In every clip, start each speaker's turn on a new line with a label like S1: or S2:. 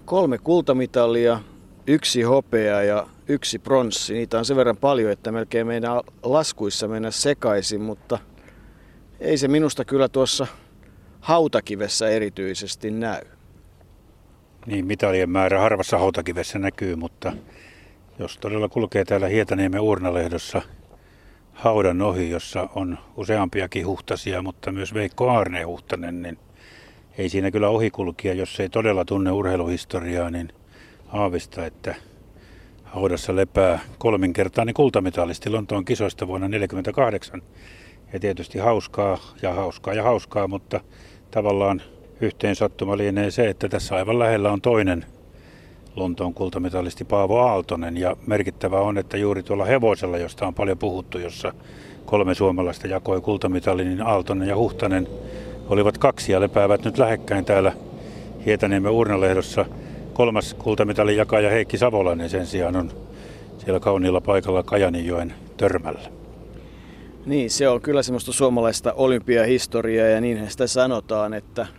S1: 3 kultamitalia, 1 hopea ja 1 pronssi. Niitä on sen verran paljon, että melkein meidän laskuissa mennä sekaisin, mutta ei se minusta kyllä tuossa hautakivessä erityisesti näy.
S2: Niin, mitalien määrä harvassa hautakivessä näkyy, mutta jos todella kulkee täällä Hietaniemen Uurnalehdossa haudan ohi, jossa on useampiakin huhtasia, mutta myös Veikko Aarne-Huhtanen, niin ei siinä kyllä ohikulkija, jos ei todella tunne urheiluhistoriaa, niin aavista, että haudassa lepää 3-kertainen kultamitalisti Lontoon kisoista vuonna 1948. Ja tietysti hauskaa, mutta tavallaan yhteen sattuma lienee se, että tässä aivan lähellä on toinen Lontoon kultamitalisti Paavo Aaltonen. Ja merkittävää on, että juuri tuolla hevosella, josta on paljon puhuttu, jossa 3 suomalaista jakoi kultamitalin, niin Aaltonen ja Huhtanen olivat 2 ja lepäävät nyt lähekkäin täällä Hietaniemen Uurnalehdossa. 3. kultamitalin jakaja Heikki Savolainen sen sijaan on siellä kauniilla paikalla Kajaninjoen törmällä.
S1: Niin, se on kyllä semmoista suomalaista olympiahistoriaa ja niinhän sitä sanotaan, että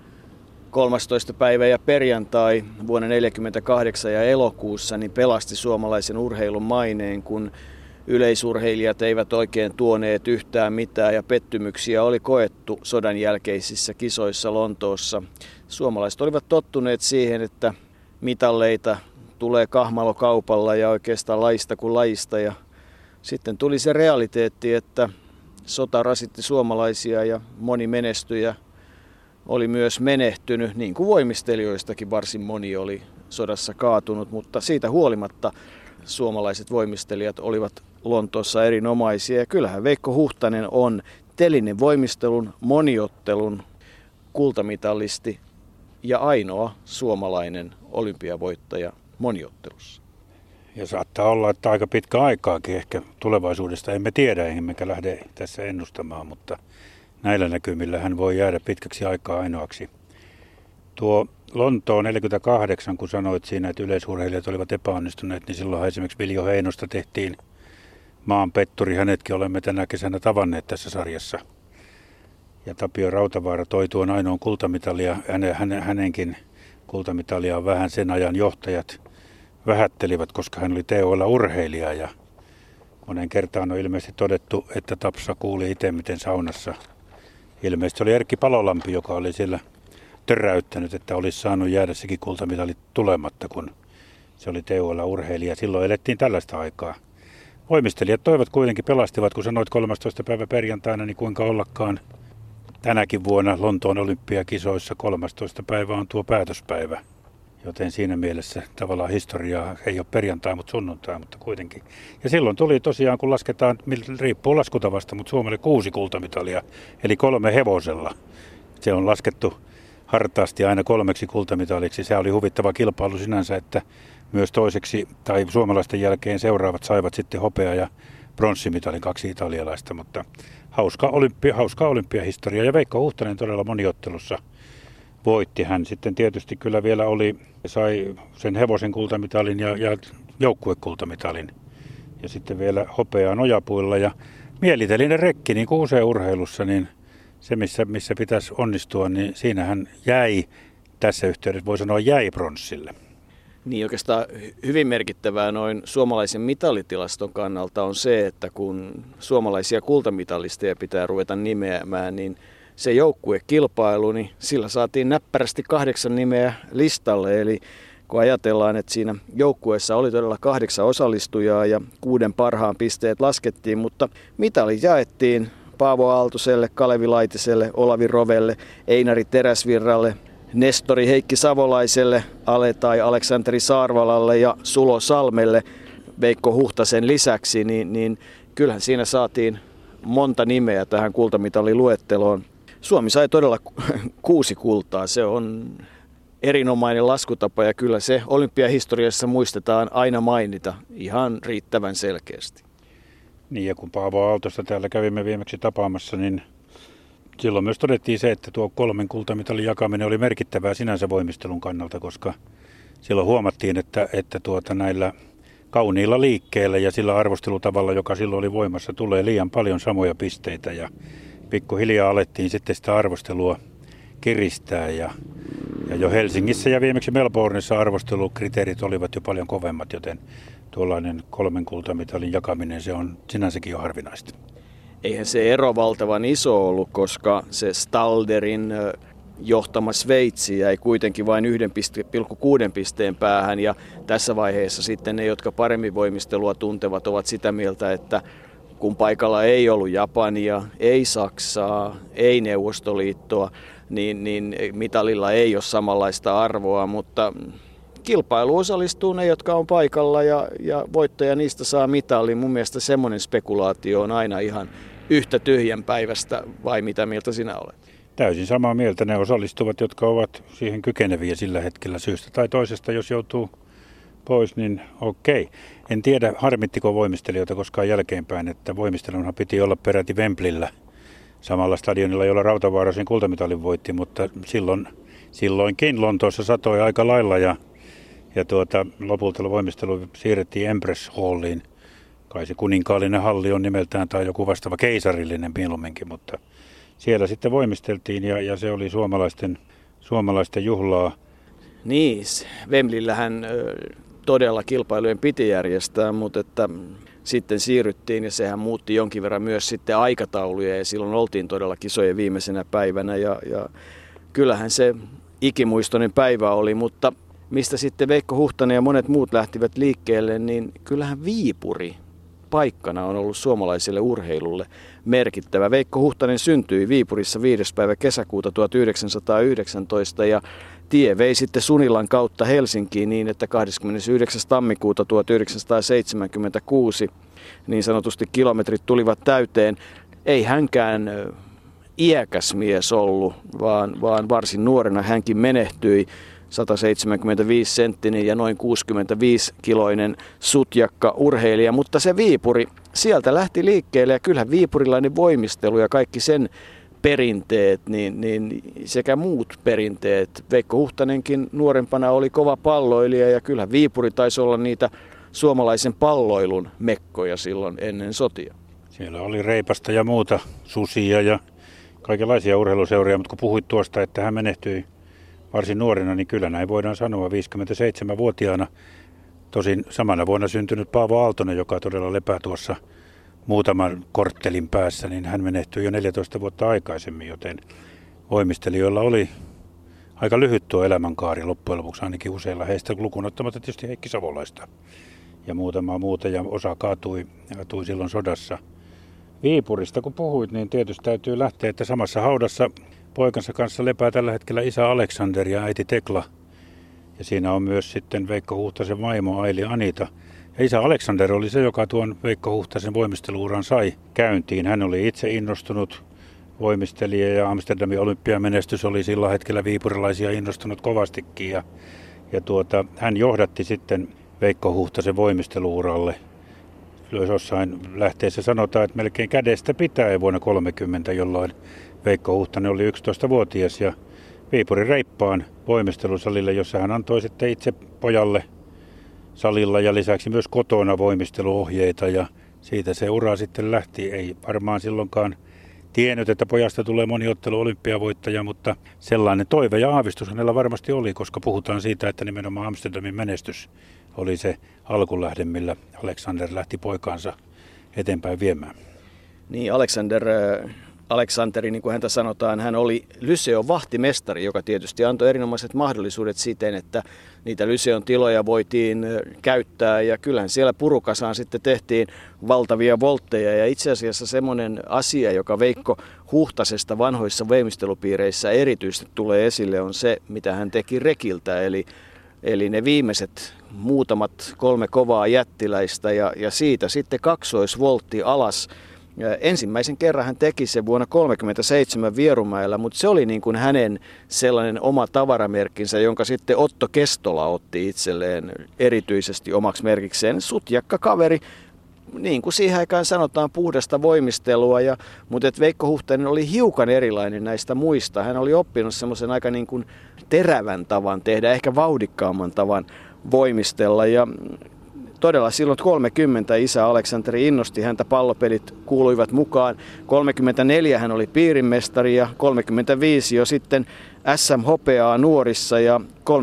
S1: 13. päivä ja perjantai vuonna 1948 ja elokuussa niin pelasti suomalaisen urheilun maineen, kun yleisurheilijat eivät oikein tuoneet yhtään mitään ja pettymyksiä oli koettu sodan jälkeisissä kisoissa Lontoossa. Suomalaiset olivat tottuneet siihen, että mitalleita tulee kahmalokaupalla ja oikeastaan lajista kuin lajista. Ja sitten tuli se realiteetti, että sota rasitti suomalaisia ja moni menestyjä oli myös menehtynyt, niin kuin voimistelijoistakin varsin moni oli sodassa kaatunut, mutta siitä huolimatta suomalaiset voimistelijat olivat Lontoossa erinomaisia. Ja kyllähän Veikko Huhtanen on telinen voimistelun, moniottelun kultamitalisti ja ainoa suomalainen olympiavoittaja moniottelussa.
S2: Ja saattaa olla, että aika pitkä aikaakin ehkä tulevaisuudesta emme tiedä, emmekä lähde tässä ennustamaan, mutta näillä näkymillä hän voi jäädä pitkäksi aikaa ainoaksi. Tuo Lontoon 48, kun sanoit siinä, että yleisurheilijat olivat epäonnistuneet, niin silloin esimerkiksi Viljo Heinosta tehtiin maanpetturi. Hänetkin olemme tänä kesänä tavanneet tässä sarjassa. Ja Tapio Rautavaara toi tuon ainoan kultamitalia. Hänenkin kultamitalia vähän sen ajan johtajat vähättelivät, koska hän oli THL-urheilija. Ja monen kertaan on ilmeisesti todettu, että Tapsa kuuli itse, miten saunassa. Ilmeisesti oli Erkki Palolampi, joka oli siellä töräyttänyt, että olisi saanut jäädä sekin kultamitali tulematta, kun se oli THL-urheilija. Silloin elettiin tällaista aikaa. Voimistelijat toivat kuitenkin pelastivat, kun sanoit 13. päivä perjantaina, niin kuinka ollakaan tänäkin vuonna Lontoon olympiakisoissa 13. päivä on tuo päätöspäivä. Joten siinä mielessä tavallaan historiaa ei ole perjantai, mutta sunnuntai, mutta kuitenkin. Ja silloin tuli tosiaan, kun lasketaan, riippuu laskutavasta, mutta Suomelle 6 kultamitalia, eli 3 hevosella. Se on laskettu hartaasti aina 3 kultamitaliksi. Se oli huvittava kilpailu sinänsä, että myös toiseksi tai suomalaisten jälkeen seuraavat saivat sitten hopea- ja pronssimitalin 2 italialaista, mutta hauska olympiahistoria. Ja Veikko Huhtanen todella moniottelussa voitti. Hän sitten tietysti kyllä vielä sai sen hevosen kultamitalin ja joukkuekultamitalin ja sitten vielä hopeaa nojapuilla. Ja mielitelinen rekki, niin kuin usein urheilussa, niin se missä pitäisi onnistua, niin siinähän jäi tässä yhteydessä, voi sanoa jäi pronssille.
S1: Niin oikeastaan hyvin merkittävää noin suomalaisen mitalitilaston kannalta on se, että kun suomalaisia kultamitalisteja pitää ruveta nimeämään, niin se joukkuekilpailu, niin sillä saatiin näppärästi 8 nimeä listalle. Eli kun ajatellaan, että siinä joukkueessa oli todella 8 osallistujaa ja 6 parhaan pisteet laskettiin, mutta mitali jaettiin Paavo Aaltoselle, Kalevi Laitiselle, Olavi Rovelle, Einari Teräsvirralle, Nestori Heikki Savolaiselle, Ale tai Aleksanteri Saarvalalle ja Sulo Salmelle Veikko Huhtasen lisäksi, niin kyllähän siinä saatiin monta nimeä tähän kultamitaliluetteloon. Suomi sai todella 6 kultaa. Se on erinomainen laskutapa ja kyllä se olympiahistoriassa muistetaan aina mainita ihan riittävän selkeästi.
S2: Niin ja kun Paavo Aaltosta täällä kävimme viimeksi tapaamassa, niin silloin myös todettiin se, että tuo 3 kultamitalin jakaminen oli merkittävää sinänsä voimistelun kannalta, koska silloin huomattiin, että näillä kauniilla liikkeillä ja sillä arvostelutavalla, joka silloin oli voimassa, tulee liian paljon samoja pisteitä ja pikkuhiljaa alettiin sitten sitä arvostelua kiristää ja Ja jo Helsingissä ja viimeksi Melbourneissa arvostelukriteerit olivat jo paljon kovemmat, joten tuollainen 3 kultamitalin jakaminen, se on sinänsäkin jo harvinaista.
S1: Eihän se ero valtavan iso ollut, koska se Stalderin johtama Sveitsi jäi kuitenkin vain 1,6 pisteen päähän. Ja tässä vaiheessa sitten ne, jotka paremmin voimistelua tuntevat, ovat sitä mieltä, että kun paikalla ei ollut Japania, ei Saksaa, ei Neuvostoliittoa, niin mitalilla ei ole samanlaista arvoa, mutta kilpailu osallistuu ne, jotka on paikalla ja voittaja niistä saa mitalin. Mun mielestä semmoinen spekulaatio on aina ihan yhtä tyhjän päivästä, vai mitä mieltä sinä olet?
S2: Täysin samaa mieltä. Ne osallistuvat, jotka ovat siihen kykeneviä sillä hetkellä syystä tai toisesta. Jos joutuu pois, niin okei. En tiedä, harmittiko voimistelijoita koskaan jälkeenpäin, että voimistelunhan piti olla peräti Wembleyllä, samalla stadionilla, jolla Rautavaara sen kultamitalin voitti, mutta silloinkin Lontoossa satoi aika lailla ja lopulta voimistelu siirrettiin Empress Halliin. Kai se kuninkaallinen halli on nimeltään tai joku vastaava keisarillinen mieluumminkin, mutta siellä sitten voimisteltiin ja se oli suomalaisten juhlaa.
S1: Niin, Wembleyllähän todella kilpailujen piti järjestää, mutta että sitten siirryttiin ja sehän muutti jonkin verran myös sitten aikatauluja ja silloin oltiin todella kisojen viimeisenä päivänä ja kyllähän se ikimuistoinen päivä oli, mutta mistä sitten Veikko Huhtanen ja monet muut lähtivät liikkeelle, niin kyllähän Viipuri paikkana on ollut suomalaiselle urheilulle merkittävä. Veikko Huhtanen syntyi Viipurissa 5. päivä kesäkuuta 1919 ja tie vei sitten Sunilan kautta Helsinkiin niin, että 29. tammikuuta 1976 niin sanotusti kilometrit tulivat täyteen. Ei hänkään iäkäs mies ollut, vaan varsin nuorena hänkin menehtyi. 175-senttinen ja noin 65-kiloinen sutjakka urheilija, mutta se Viipuri, sieltä lähti liikkeelle ja kyllähän viipurilainen voimistelu ja kaikki sen perinteet niin sekä muut perinteet. Veikko Huhtanenkin nuorempana oli kova palloilija ja kyllähän Viipuri taisi olla niitä suomalaisen palloilun mekkoja silloin ennen sotia.
S2: Siellä oli Reipasta ja muuta, Susia ja kaikenlaisia urheiluseuria, mutta kun puhuit tuosta, että hän menehtyi varsin nuorena, niin kyllä näin voidaan sanoa 57-vuotiaana. Tosin samana vuonna syntynyt Paavo Aaltonen, joka todella lepää tuossa muutaman korttelin päässä, niin hän menehtyi jo 14 vuotta aikaisemmin, joten voimistelijoilla oli aika lyhyt tuo elämänkaari loppujen lopuksi, ainakin useilla heistä lukuun ottamatta tietysti Heikki Savolaista ja muutamaa muuta, ja osa kaatui silloin sodassa. Viipurista kun puhuit, niin tietysti täytyy lähteä, että samassa haudassa poikansa kanssa lepää tällä hetkellä isä Aleksander ja äiti Tekla. Ja siinä on myös sitten Veikko Huhtasen vaimo Aili Anita. Ja isä Aleksander oli se, joka tuon Veikko Huhtasen voimisteluuran sai käyntiin. Hän oli itse innostunut voimistelija ja Amsterdamin olympiamenestys oli sillä hetkellä viipurilaisia innostunut kovastikin. Ja hän johdatti sitten Veikko Huhtasen voimisteluuralle. Jossain lähteessä sanotaan, että melkein kädestä pitäen vuonna 1930, jolloin Veikko Huhtanen oli 11-vuotias ja Viipurin reippaan voimistelusalille, jossa hän antoi sitten itse pojalle salilla ja lisäksi myös kotona voimisteluohjeita ja siitä se ura sitten lähti. Ei varmaan silloinkaan tiennyt, että pojasta tulee moniottelu olympiavoittaja, mutta sellainen toive ja aavistus hänellä varmasti oli, koska puhutaan siitä, että nimenomaan Amsterdamin menestys oli se alkulähde, millä Aleksander lähti poikaansa eteenpäin viemään. Niin,
S1: Aleksanteri, niin kuin häntä sanotaan, hän oli Lyseon vahtimestari, joka tietysti antoi erinomaiset mahdollisuudet siten, että niitä Lyseon tiloja voitiin käyttää ja kyllähän siellä Purukasaan sitten tehtiin valtavia voltteja ja itse asiassa semmoinen asia, joka Veikko Huhtasesta vanhoissa voimistelupiireissä erityisesti tulee esille, on se, mitä hän teki rekiltä, eli ne viimeiset muutamat 3 kovaa jättiläistä ja siitä sitten kaksoisvoltti alas. Ja ensimmäisen kerran hän teki sen vuonna 1937 Vierumäellä, mutta se oli niin kuin hänen sellainen oma tavaramerkkinsä, jonka sitten Otto Kestola otti itselleen erityisesti omaksi merkikseen. Sutjakka kaveri, niin kuin siihen aikaan sanotaan, puhdasta voimistelua, mutta Veikko Huhtanen oli hiukan erilainen näistä muista. Hän oli oppinut semmoisen aika niin kuin terävän tavan tehdä, ehkä vauhdikkaamman tavan voimistella ja todella silloin 30 isä Aleksanteri innosti häntä, pallopelit kuuluivat mukaan. 34 hän oli piirimestari ja 35 jo sitten SM-hopeaa nuorissa ja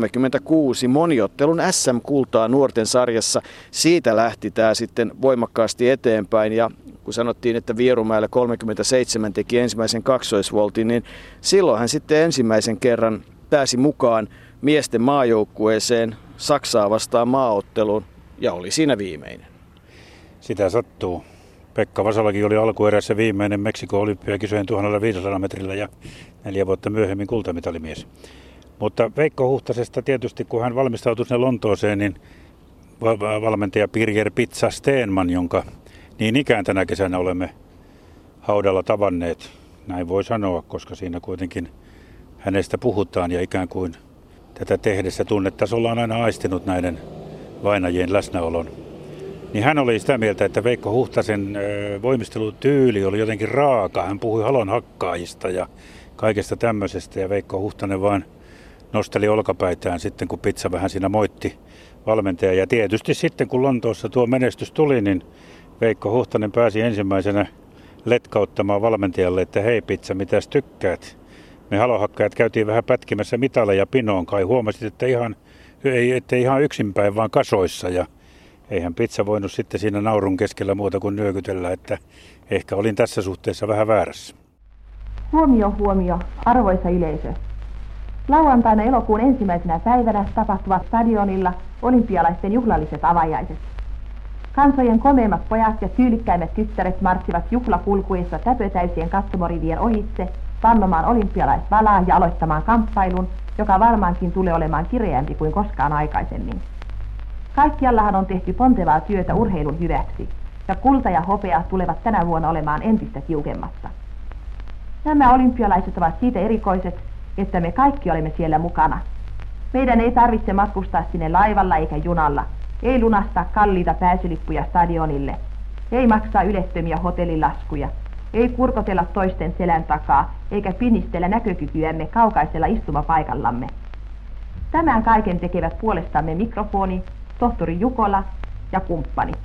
S1: 36 moniottelun SM-kultaa nuorten sarjassa. Siitä lähti tämä sitten voimakkaasti eteenpäin ja kun sanottiin, että Vierumäellä 37 teki ensimmäisen kaksoisvoltin, niin silloin hän sitten ensimmäisen kerran pääsi mukaan miesten maajoukkueeseen Saksaa vastaan maaotteluun ja oli siinä viimeinen.
S2: Sitä sattuu. Pekka Vasalakin oli alkuerässä viimeinen Meksikon olympiakisojen 1500 metrillä ja 4 vuotta myöhemmin kultamitalimies. Mutta Veikko Huhtasesta tietysti, kun hän valmistautui sinne Lontooseen, niin valmentaja Birger Pizza Stenman, jonka niin ikään tänä kesänä olemme haudalla tavanneet, näin voi sanoa, koska siinä kuitenkin hänestä puhutaan ja ikään kuin tätä tehdessä tunnetasolla on aina aistinut näiden vainajien läsnäolon. Niin hän oli sitä mieltä, että Veikko Huhtasen voimistelutyyli oli jotenkin raaka. Hän puhui halonhakkaajista ja kaikesta tämmöisestä ja Veikko Huhtanen vaan nosteli olkapäitään sitten, kun Pizza vähän siinä moitti valmentaja. Ja tietysti sitten, kun Lontoossa tuo menestys tuli, niin Veikko Huhtanen pääsi ensimmäisenä letkauttamaan valmentajalle, että hei Pizza, mitäs tykkäät? Me halonhakkaajat käytiin vähän pätkimässä mitaleja pinoon, kai huomasit, että ettei ihan yksinpäin, vaan kasoissa. Ja eihän Pizza voinut sitten siinä naurun keskellä muuta kuin nyökytellä, että ehkä olin tässä suhteessa vähän väärässä.
S3: Huomio, arvoisa yleisö. Lauantaina elokuun 1. päivänä tapahtuvat stadionilla olympialaisten juhlalliset avajaiset. Kansojen komeimmat pojat ja tyylikkäimmät tyttäret marssivat juhlakulkuissa täpötäysien katsomorivien ohitse vannomaan olympialaisvalaa ja aloittamaan kamppailun, joka varmaankin tulee olemaan kireämpi kuin koskaan aikaisemmin. Kaikkiallahan on tehty pontevaa työtä urheilun hyväksi, ja kulta ja hopea tulevat tänä vuonna olemaan entistä tiukemmassa. Nämä olympialaiset ovat siitä erikoiset, että me kaikki olemme siellä mukana. Meidän ei tarvitse matkustaa sinne laivalla eikä junalla, ei lunastaa kalliita pääsylippuja stadionille, ei maksaa ylettömiä hotellilaskuja, ei kurkotella toisten selän takaa, eikä pinnistellä näkökykyämme kaukaisella istumapaikallamme. Tämän kaiken tekevät puolestamme mikrofoni, tohtori Jukola ja kumppanit.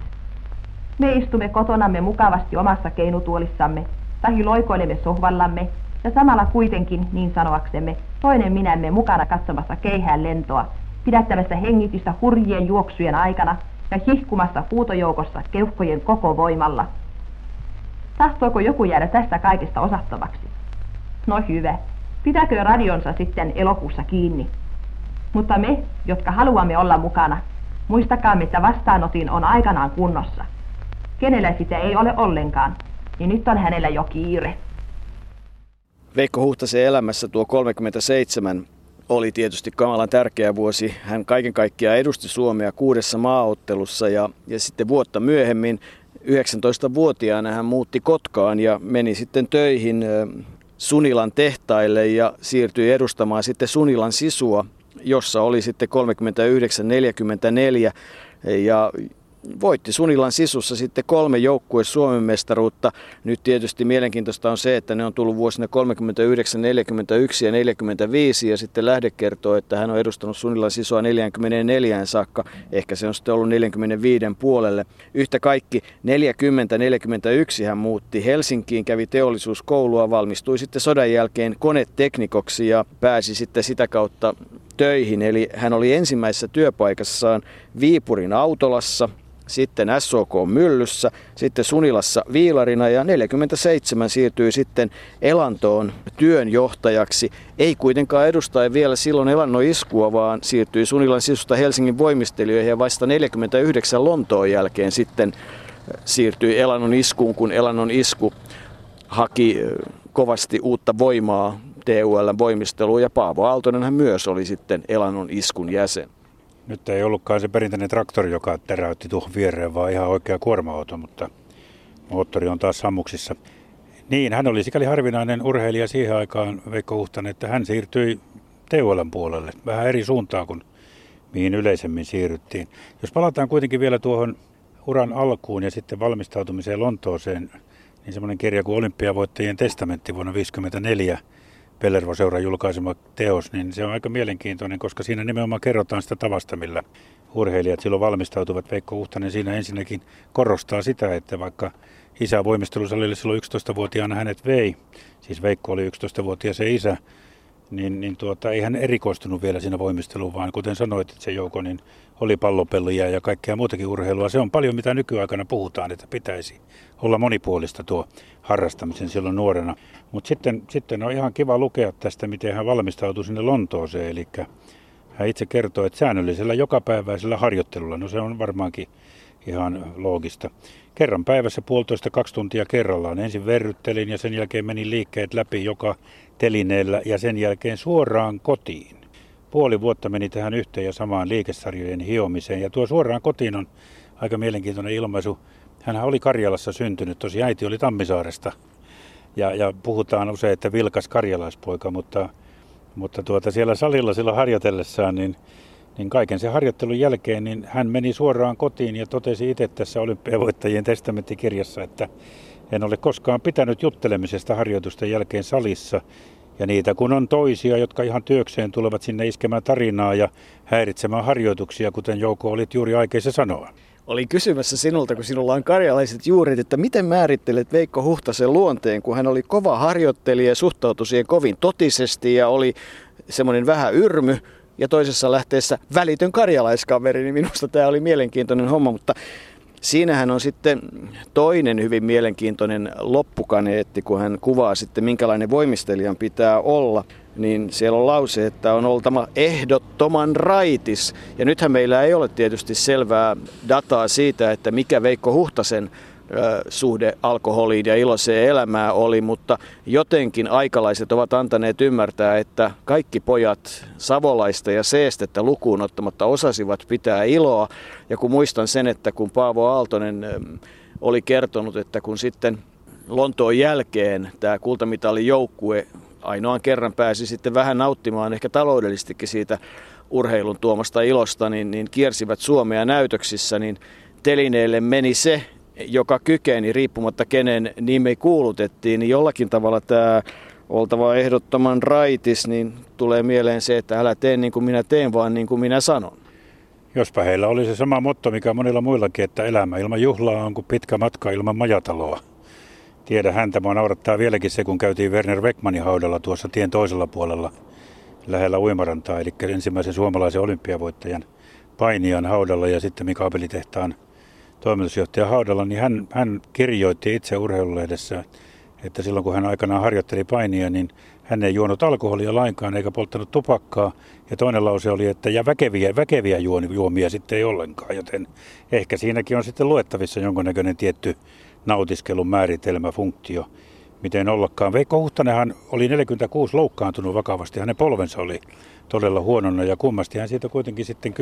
S3: Me istumme kotonamme mukavasti omassa keinutuolissamme, tai loikoilemme sohvallamme, ja samalla kuitenkin, niin sanoaksemme, toinen minämme mukana katsomassa keihään lentoa, pidättämässä hengitystä hurjien juoksujen aikana ja hihkumassa huutojoukossa keuhkojen koko voimalla. Tahtoiko joku jäädä tästä kaikesta osattavaksi? No hyvä, pitäkö radionsa sitten elokuussa kiinni. Mutta me, jotka haluamme olla mukana, muistakaamme, että vastaanotin on aikanaan kunnossa. Kenellä sitä ei ole ollenkaan, niin nyt on hänellä jo kiire.
S1: Veikko Huhtasen elämässä tuo 37 oli tietysti kamalan tärkeä vuosi. Hän kaiken kaikkiaan edusti Suomea 6 maaottelussa ja sitten vuotta myöhemmin 19-vuotiaana hän muutti Kotkaan ja meni sitten töihin Sunilan tehtaille ja siirtyi edustamaan sitten Sunilan Sisua, jossa oli sitten 39-44 ja voitti Sunilan Sisussa sitten 3 joukkue Suomen mestaruutta. Nyt tietysti mielenkiintoista on se, että ne on tullut vuosina 39, 41 ja 45 ja sitten lähde kertoo, että hän on edustanut Sunilan Sisua 44 saakka. Ehkä se on sitten ollut 45 puolelle. Yhtä kaikki 40-41 hän muutti Helsinkiin, kävi teollisuuskoulua, valmistui sitten sodan jälkeen koneteknikoksi ja pääsi sitten sitä kautta töihin. Eli hän oli ensimmäisessä työpaikassaan Viipurin Autolassa, sitten SOK Myllyssä, sitten Sunilassa viilarina ja 47 siirtyi sitten Elantoon työnjohtajaksi. Ei kuitenkaan edustaen vielä silloin Elannon iskua, vaan siirtyi Sunilan Sisusta Helsingin voimistelijoihin ja vasta 49 Lontoon jälkeen sitten siirtyi Elannon iskuun, kun Elannon isku haki kovasti uutta voimaa TUL:n voimisteluun ja Paavo Aaltonenhan myös oli sitten Elannon iskun jäsen.
S2: Nyt ei ollutkaan se perinteinen traktori, joka teräytti tuohon viereen, vaan ihan oikea kuorma-auto, mutta moottori on taas sammuksissa. Niin, hän oli sikäli harvinainen urheilija siihen aikaan, Veikko Huhtanen, että hän siirtyi TUL:n puolelle vähän eri suuntaan kuin mihin yleisemmin siirryttiin. Jos palataan kuitenkin vielä tuohon uran alkuun ja sitten valmistautumiseen Lontooseen, niin semmoinen kirja kuin Olympiavoittajien testamentti vuonna 1954 Pellervo-seuran julkaisema teos, niin se on aika mielenkiintoinen, koska siinä nimenomaan kerrotaan sitä tavasta, millä urheilijat silloin valmistautuvat. Veikko Huhtanen siinä ensinnäkin korostaa sitä, että vaikka isä voimistelusalille silloin 11-vuotiaana hänet vei, siis Veikko oli 11-vuotias se isä, niin ei hän erikoistunut vielä siinä voimisteluun, vaan kuten sanoit, että se joukko niin oli pallopelliä ja kaikkea muutakin urheilua. Se on paljon, mitä nykyaikana puhutaan, että pitäisi olla monipuolista tuo harrastamisen silloin nuorena. Mutta sitten on ihan kiva lukea tästä, miten hän valmistautui sinne Lontooseen. Eli hän itse kertoo, että säännöllisellä jokapäiväisellä harjoittelulla, no se on varmaankin ihan loogista. Kerran päivässä 1,5–2 tuntia kerrallaan. Ensin verryttelin ja sen jälkeen menin liikkeet läpi joka telineellä ja sen jälkeen suoraan kotiin. Puoli vuotta meni tähän yhteen ja samaan liikesarjojen hiomiseen. Ja tuo suoraan kotiin on aika mielenkiintoinen ilmaisu. Hänhän oli Karjalassa syntynyt, tosi äiti oli Tammisaaresta. Ja puhutaan usein, että vilkas karjalaispoika, mutta siellä salilla silloin harjoitellessaan, niin kaiken sen harjoittelun jälkeen niin hän meni suoraan kotiin ja totesi itse tässä olympiavoittajien testamenttikirjassa, että en ole koskaan pitänyt juttelemisesta harjoitusten jälkeen salissa. Ja niitä kun on toisia, jotka ihan työkseen tulevat sinne iskemään tarinaa ja häiritsemään harjoituksia, kuten Jouko olit juuri aikeissa sanoa.
S1: Olin kysymässä sinulta, kun sinulla on karjalaiset juuret, että miten määrittelet Veikko Huhtasen luonteen, kun hän oli kova harjoittelija ja suhtautui siihen kovin totisesti ja oli semmoinen vähän yrmy ja toisessa lähteessä välitön karjalaiskaveri, niin minusta tämä oli mielenkiintoinen homma, mutta siinähän on sitten toinen hyvin mielenkiintoinen loppukaneetti, kun hän kuvaa sitten minkälainen voimistelijan pitää olla. Niin siellä on lause, että on oltava ehdottoman raitis. Ja nythän meillä ei ole tietysti selvää dataa siitä, että mikä Veikko Huhtasen suhde alkoholiin ja iloiseen elämään oli, mutta jotenkin aikalaiset ovat antaneet ymmärtää, että kaikki pojat Savolaista ja Seestettä lukuun ottamatta osasivat pitää iloa. Ja kun muistan sen, että kun Paavo Aaltonen oli kertonut, että kun sitten Lontoon jälkeen tämä kultamitalin joukkue ainoan kerran pääsi sitten vähän nauttimaan ehkä taloudellisestikin siitä urheilun tuomasta ilosta, niin kiersivät Suomea näytöksissä, niin telineelle meni se, joka kykeni, riippumatta kenen nimi kuulutettiin, niin jollakin tavalla tämä oltava ehdottoman raitis, niin tulee mieleen se, että älä tee niin kuin minä teen, vaan niin kuin minä sanon.
S2: Jospa heillä oli se sama motto, mikä monilla muillakin, että elämä ilman juhlaa on kuin pitkä matka ilman majataloa. Tiedä häntä, mua naurattaa vieläkin se, kun käytiin Werner Beckmanin haudalla tuossa tien toisella puolella lähellä Uimarantaa, eli ensimmäisen suomalaisen olympiavoittajan painijan haudalla ja sitten Mikaabelitehtaan toimitusjohtajan haudalla, niin hän kirjoitti itse urheilulehdessä, että silloin kun hän aikanaan harjoitteli painia, niin hän ei juonut alkoholia lainkaan eikä polttanut tupakkaa. Ja toinen lause oli, että ja väkeviä juomia sitten ei ollenkaan, joten ehkä siinäkin on sitten luettavissa jonkunnäköinen tietty nautiskelun määritelmä, funktio, miten ollakaan. Veikko Huhtanenhan oli 46 loukkaantunut vakavasti, hänen polvensa oli todella huonona ja kummasti hän siitä kuitenkin sitten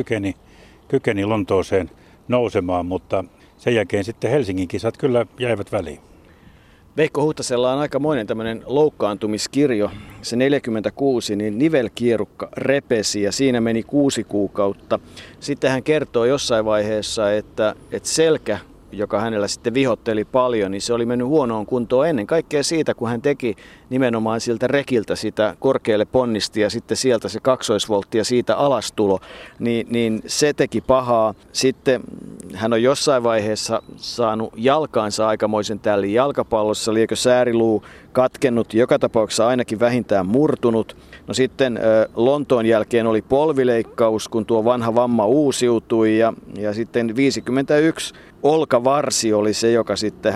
S2: kykeni Lontooseen nousemaan, mutta sen jälkeen sitten Helsingin kisat kyllä jäivät väliin.
S1: Veikko Huhtasella on aikamoinen tämmöinen loukkaantumiskirjo. Se 46, niin nivelkierukka repesi ja siinä meni 6 kuukautta. Sitten hän kertoo jossain vaiheessa, että selkä, joka hänellä sitten vihotteli paljon, niin se oli mennyt huonoon kuntoon ennen kaikkea siitä, kun hän teki nimenomaan siltä rekiltä sitä korkealle ponnisti ja sitten sieltä se kaksoisvoltti ja siitä alastulo, niin se teki pahaa. Sitten hän on jossain vaiheessa saanut jalkaansa aikamoisen tällin jalkapallossa, liekö sääriluu katkennut, joka tapauksessa ainakin vähintään murtunut. No sitten Lontoon jälkeen oli polvileikkaus, kun tuo vanha vamma uusiutui ja sitten 51 olkavarsi oli se, joka sitten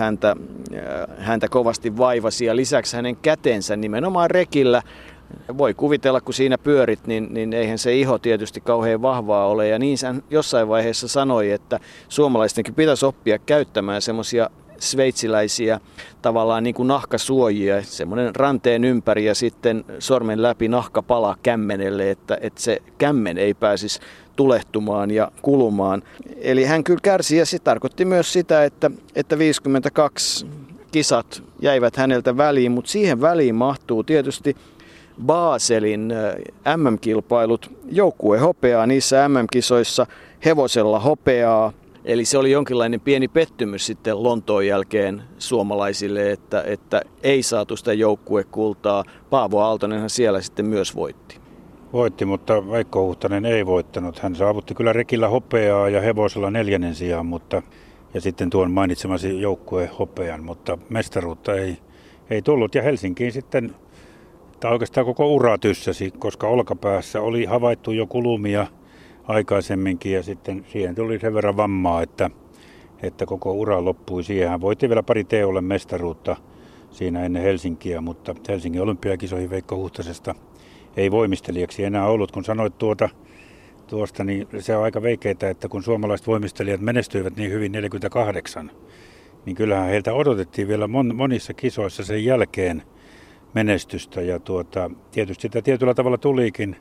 S1: häntä kovasti vaivasi ja lisäksi hänen kätensä nimenomaan rekillä. Voi kuvitella, kun siinä pyörit, niin eihän se iho tietysti kauhean vahvaa ole. Ja niin hän jossain vaiheessa sanoi, että suomalaistenkin pitäisi oppia käyttämään semmoisia sveitsiläisiä tavallaan niin kuin nahkasuojia, semmoinen ranteen ympäri ja sitten sormen läpi nahkapala kämmenelle, että se kämmen ei pääsisi tulehtumaan ja kulumaan. Eli hän kyllä kärsi ja se tarkoitti myös sitä, että 52 kisat jäivät häneltä väliin, mutta siihen väliin mahtuu tietysti Baselin MM-kilpailut, joukkuehopeaa niissä MM-kisoissa, hevosella hopeaa, Eli se oli jonkinlainen pieni pettymys sitten Lontoon jälkeen suomalaisille, että ei saatu sitä joukkuekultaa. Paavo Aaltonenhan siellä sitten myös voitti.
S2: Voitti, mutta Veikko Huhtanen ei voittanut. Hän saavutti kyllä rekillä hopeaa ja hevosella 4. sijaan, ja sitten tuon mainitsemasi joukkueen hopean, mutta mestaruutta ei tullut. Ja Helsinkiin sitten, tai oikeastaan koko ura tyssäsi, koska olkapäässä oli havaittu jo kulumia aikaisemminkin ja sitten siihen tuli sen verran vammaa, että koko ura loppui siihen. Hän voitti vielä pari TO:lle mestaruutta siinä ennen Helsinkiä, mutta Helsingin olympiakisoihin Veikko Huhtasesta ei voimistelijaksi enää ollut. Kun sanoit tuosta, niin se on aika veikeää, että kun suomalaiset voimistelijat menestyivät niin hyvin 48, niin kyllähän heiltä odotettiin vielä monissa kisoissa sen jälkeen menestystä. Ja tietysti sitä tietyllä tavalla tulikin.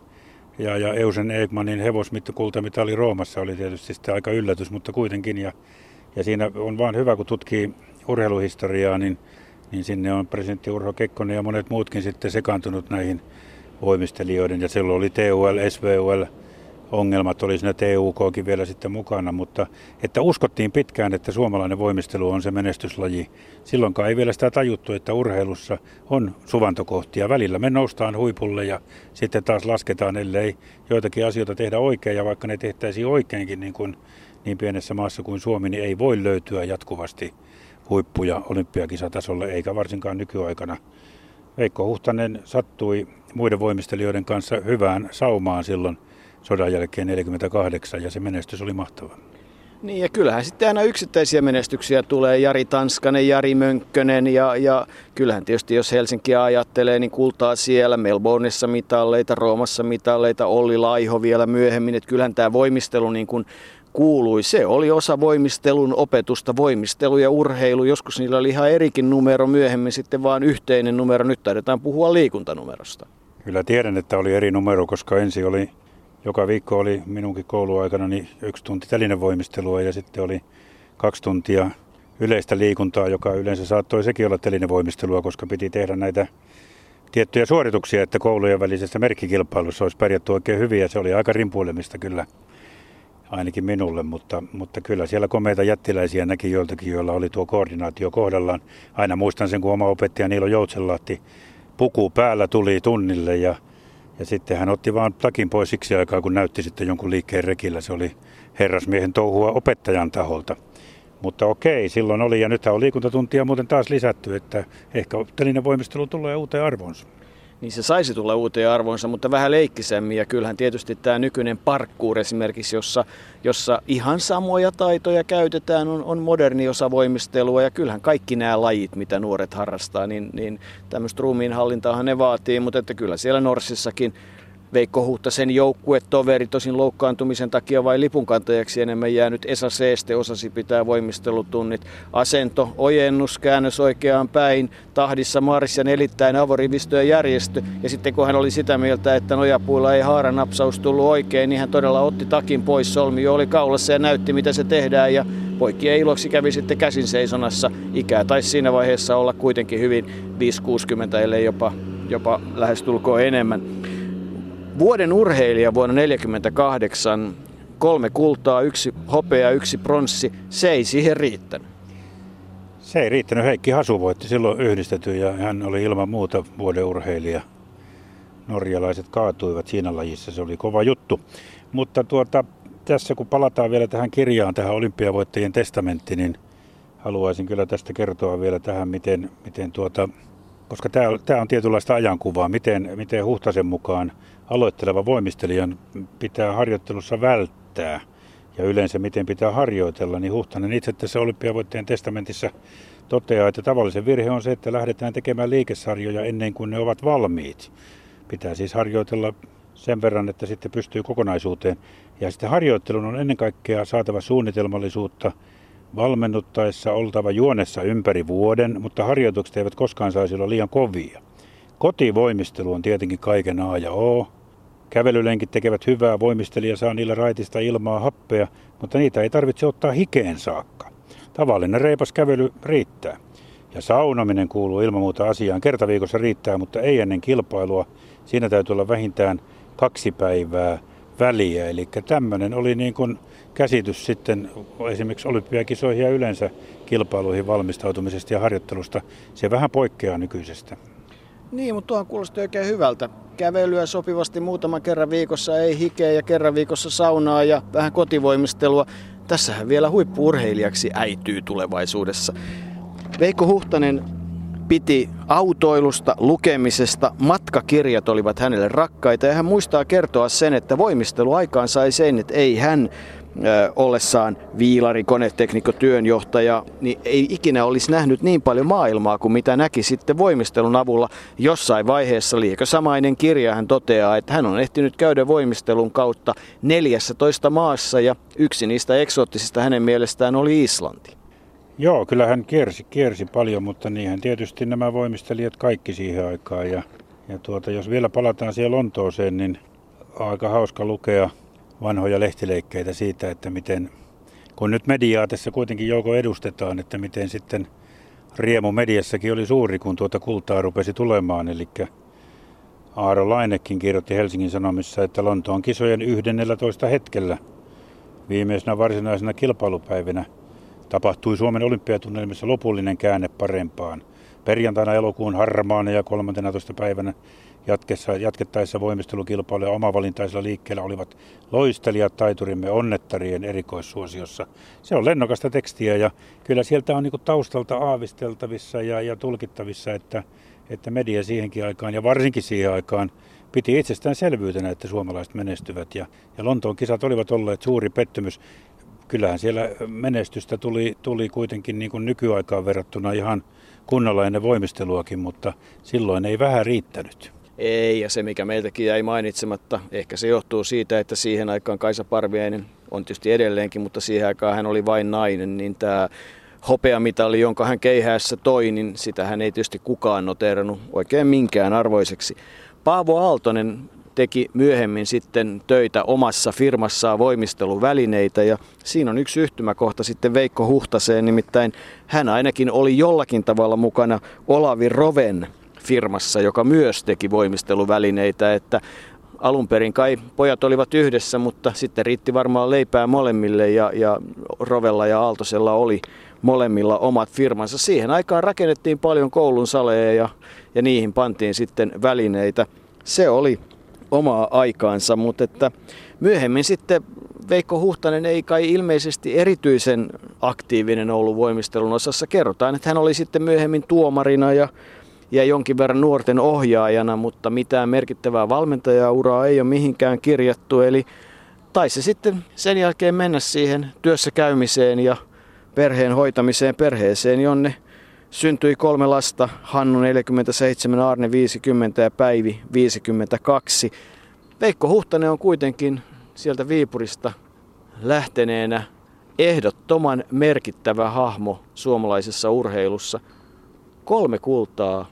S2: Ja Eusen Ekmanin hevoskultamitali Roomassa oli tietysti sitten aika yllätys, mutta kuitenkin. Ja siinä on vaan hyvä, kun tutkii urheiluhistoriaa, niin sinne on presidentti Urho Kekkonen ja monet muutkin sitten sekaantunut näihin voimistelijoiden. Ja silloin oli TUL, SVUL, ongelmat oli siinä TUKkin vielä sitten mukana, mutta että uskottiin pitkään, että suomalainen voimistelu on se menestyslaji. Silloinkaan ei vielä sitä tajuttu, että urheilussa on suvantokohtia. Välillä me noustaan huipulle ja sitten taas lasketaan, ellei joitakin asioita tehdä oikein. Ja vaikka ne tehtäisiin oikeinkin niin pienessä maassa kuin Suomi, niin ei voi löytyä jatkuvasti huippuja olympiakisatasolle, eikä varsinkaan nykyaikana. Veikko Huhtanen sattui muiden voimistelijoiden kanssa hyvään saumaan silloin sodan jälkeen 48 ja se menestys oli mahtava.
S1: Niin ja kyllähän sitten aina yksittäisiä menestyksiä tulee, Jari Tanskanen, Jari Mönkkönen ja kyllähän tietysti jos Helsinkiä ajattelee, niin kultaa siellä, Melbourneissa mitalleita, Roomassa mitalleita, Olli Laiho vielä myöhemmin, että kyllähän tämä voimistelu niin kuin kuului. Se oli osa voimistelun opetusta, voimistelu ja urheilu, joskus niillä oli ihan erikin numero, myöhemmin sitten vaan yhteinen numero, nyt taidetaan puhua liikuntanumerosta.
S2: Kyllä tiedän, että oli eri numero, koska ensin oli joka viikko oli minunkin kouluaikana niin 1 tunti telinevoimistelua ja sitten oli 2 tuntia yleistä liikuntaa, joka yleensä saattoi sekin olla telinevoimistelua, koska piti tehdä näitä tiettyjä suorituksia, että koulujen välisessä merkkikilpailussa olisi pärjätty oikein hyvin ja se oli aika rimpuilemista kyllä ainakin minulle, mutta kyllä siellä komeita jättiläisiä näki joiltakin, joilla oli tuo koordinaatio kohdallaan. Aina muistan sen, kun oma opettaja Niilo Joutsenlahti puku päällä tuli tunnille ja sitten hän otti vaan takin pois siksi aikaa, kun näytti sitten jonkun liikkeen rekillä. Se oli herrasmiehen touhua opettajan taholta. Mutta okei, silloin oli ja nythän on liikuntatuntia muuten taas lisätty, että ehkä telinevoimistelu tulee uuteen arvoonsa.
S1: Niin se saisi tulla uuteen arvoonsa, mutta vähän leikkisemmin ja kyllähän tietysti tämä nykyinen parkour esimerkiksi, jossa ihan samoja taitoja käytetään, on moderni osa voimistelua ja kyllähän kaikki nämä lajit, mitä nuoret harrastaa, niin tämmöistä ruumiinhallintaahan ne vaatii, mutta että kyllä siellä Norssissakin Veikko Huhtasen joukkuetoveri tosin loukkaantumisen takia vai lipunkantajaksi enemmän jäänyt Esa Seeste osasi pitää voimistelutunnit. Asento, ojennus, käännös oikeaan päin, tahdissa marssi ja nelittäin avorivistöä järjestö. Ja sitten kun hän oli sitä mieltä, että nojapuilla ei haaranapsaus tullut oikein, niin hän todella otti takin pois, solmi jo oli kaulassa ja näytti mitä se tehdään. Ja poikien iloksi kävi sitten käsin seisonassa. Ikää taisi siinä vaiheessa olla kuitenkin hyvin 5-60, ellei jopa lähestulkoon enemmän. Vuoden urheilija vuonna 1948, 3 kultaa, 1 hopea, 1 pronssi, se ei siihen riittänyt.
S2: Se ei riittänyt. Heikki Hasu voitti silloin yhdistetyn ja hän oli ilman muuta vuoden urheilija. Norjalaiset kaatuivat siinä lajissa, se oli kova juttu. Mutta tässä kun palataan vielä tähän kirjaan, tähän olympiavoittajien testamentti, niin haluaisin kyllä tästä kertoa vielä tähän, miten koska tämä on tietynlaista ajankuvaa, miten Huhtasen mukaan aloitteleva voimistelijan pitää harjoittelussa välttää ja yleensä miten pitää harjoitella, niin Huhtanen itse tässä olympiavoittajien testamentissa toteaa, että tavallisen virhe on se, että lähdetään tekemään liikesarjoja ennen kuin ne ovat valmiit. Pitää siis harjoitella sen verran, että sitten pystyy kokonaisuuteen. Ja sitten harjoittelun on ennen kaikkea saatava suunnitelmallisuutta, valmennuttaessa oltava juonessa ympäri vuoden, mutta harjoitukset eivät koskaan saisi olla liian kovia. Kotivoimistelu on tietenkin kaiken A ja O. Kävelylenkit tekevät hyvää, voimistelija saa niillä raitista ilmaa, happea, mutta niitä ei tarvitse ottaa hikeen saakka. Tavallinen reipas kävely riittää. Ja saunominen kuuluu ilman muuta asiaan. Kerta viikossa riittää, mutta ei ennen kilpailua. Siinä täytyy olla vähintään 2 päivää väliä. Eli tämmöinen oli niin kuin käsitys sitten esimerkiksi olympiakisoihin ja yleensä kilpailuihin valmistautumisesta ja harjoittelusta. Se vähän poikkeaa nykyisestä.
S1: Niin, mutta tuohan kuulosti oikein hyvältä. Kävelyä sopivasti muutaman kerran viikossa, ei hikeä ja kerran viikossa saunaa ja vähän kotivoimistelua. Tässähän vielä huippu-urheilijaksi äityy tulevaisuudessa. Veikko Huhtanen piti autoilusta, lukemisesta, matkakirjat olivat hänelle rakkaita ja hän muistaa kertoa sen, että voimistelu aikaan sai sen, että ei hän ollessaan viilari, koneteknikko, työnjohtaja, niin ei ikinä olisi nähnyt niin paljon maailmaa kuin mitä näki sitten voimistelun avulla. Jossain vaiheessa liekö samainen kirja hän toteaa, että hän on ehtinyt käydä voimistelun kautta 14 maassa ja yksi niistä eksoottisista hänen mielestään oli Islanti.
S2: Joo, kyllä hän kiersi paljon, mutta niinhän tietysti nämä voimistelijat kaikki siihen aikaan. Ja jos vielä palataan siellä Lontooseen, niin on aika hauska lukea vanhoja lehtileikkeitä siitä, että miten, kun nyt mediaa tässä kuitenkin joko edustetaan, että miten sitten riemu mediassakin oli suuri, kun tuota kultaa rupesi tulemaan. Eli Aaro Lainekin kirjoitti Helsingin Sanomissa, että Lontoon kisojen 11 hetkellä viimeisenä varsinaisena kilpailupäivinä tapahtui Suomen olympiatunnelmissa lopullinen käänne parempaan. Perjantaina elokuun harmaana ja 13. päivänä jatkettaessa voimistelukilpailuja omavalintaisella liikkeellä olivat loistelijat taiturimme onnettarien erikoissuosiossa. Se on lennokasta tekstiä ja kyllä sieltä on niinku taustalta aavisteltavissa ja tulkittavissa, että media siihenkin aikaan ja varsinkin siihen aikaan piti itsestäänselvyytenä, että suomalaiset menestyvät ja Lontoon kisat olivat olleet suuri pettymys. Kyllähän siellä menestystä tuli kuitenkin niin kuin nykyaikaan verrattuna ihan kunnolla ennen voimisteluakin, mutta silloin ei vähän riittänyt.
S1: Ei, ja se mikä meiltäkin jäi mainitsematta, ehkä se johtuu siitä, että siihen aikaan Kaisa Parviainen on tietysti edelleenkin, mutta siihen aikaan hän oli vain nainen, niin tämä hopeamitali, jonka hän keihäässä toi, niin sitä hän ei tietysti kukaan noteerannut oikein minkään arvoiseksi. Paavo Aaltonen teki myöhemmin sitten töitä omassa firmassaan voimisteluvälineitä ja siinä on yksi yhtymäkohta sitten Veikko Huhtaseen, nimittäin hän ainakin oli jollakin tavalla mukana Olavi Roven firmassa, joka myös teki voimisteluvälineitä, että alun perin kai pojat olivat yhdessä, mutta sitten riitti varmaan leipää molemmille ja Rovella ja Aaltosella oli molemmilla omat firmansa. Siihen aikaan rakennettiin paljon koulun saleja ja niihin pantiin sitten välineitä. Se oli omaa aikaansa, mutta että myöhemmin sitten Veikko Huhtanen ei kai ilmeisesti erityisen aktiivinen ollut voimistelun osassa. Kerrotaan, että hän oli sitten myöhemmin tuomarina ja jonkin verran nuorten ohjaajana, mutta mitään merkittävää valmentajauraa ei ole mihinkään kirjattu. Eli taisi sitten sen jälkeen mennä siihen työssä käymiseen ja perheen hoitamiseen perheeseen, jonne syntyi 3 lasta, Hannu 47, Arne 50 ja Päivi 52. Veikko Huhtanen on kuitenkin sieltä Viipurista lähteneenä ehdottoman merkittävä hahmo suomalaisessa urheilussa. 3 kultaa,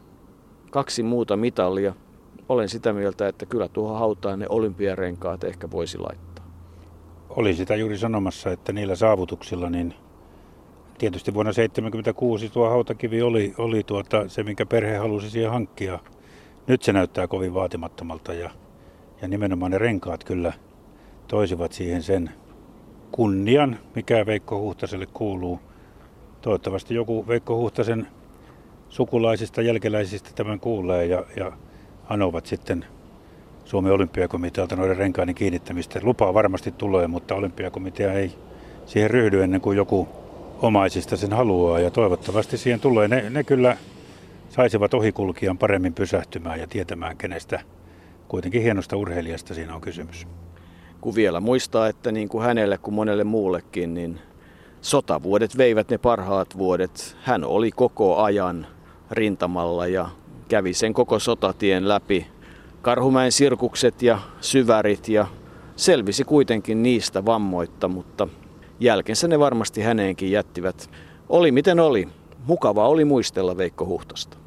S1: 2 muuta mitalia. Olen sitä mieltä, että kyllä tuohon hautaan ne olympiarenkaat ehkä voisi laittaa.
S2: Oli sitä juuri sanomassa, että niillä saavutuksilla niin tietysti vuonna 1976 tuo hautakivi oli se, minkä perhe halusi siihen hankkia. Nyt se näyttää kovin vaatimattomalta ja nimenomaan ne renkaat kyllä toisivat siihen sen kunnian, mikä Veikko Huhtaselle kuuluu. Toivottavasti joku Veikko Huhtasen sukulaisista jälkeläisistä tämän kuulee ja anovat sitten Suomen olympiakomitealta noiden renkaiden kiinnittämistä. Lupaa varmasti tulee, mutta olympiakomitea ei siihen ryhdy ennen kuin joku omaisista sen haluaa ja toivottavasti siihen tulee. Ne kyllä saisivat ohikulkijan paremmin pysähtymään ja tietämään, kenestä kuitenkin hienosta urheilijasta siinä on kysymys.
S1: Kun vielä muistaa, että niin kuin hänelle kuin monelle muullekin, niin sotavuodet veivät ne parhaat vuodet. Hän oli koko ajan rintamalla ja kävi sen koko sotatien läpi. Karhumäen sirkukset ja syvärit ja selvisi kuitenkin niistä vammoitta, mutta jälkensä ne varmasti häneenkin jättivät. Oli miten oli. Mukavaa oli muistella Veikko Huhtasta.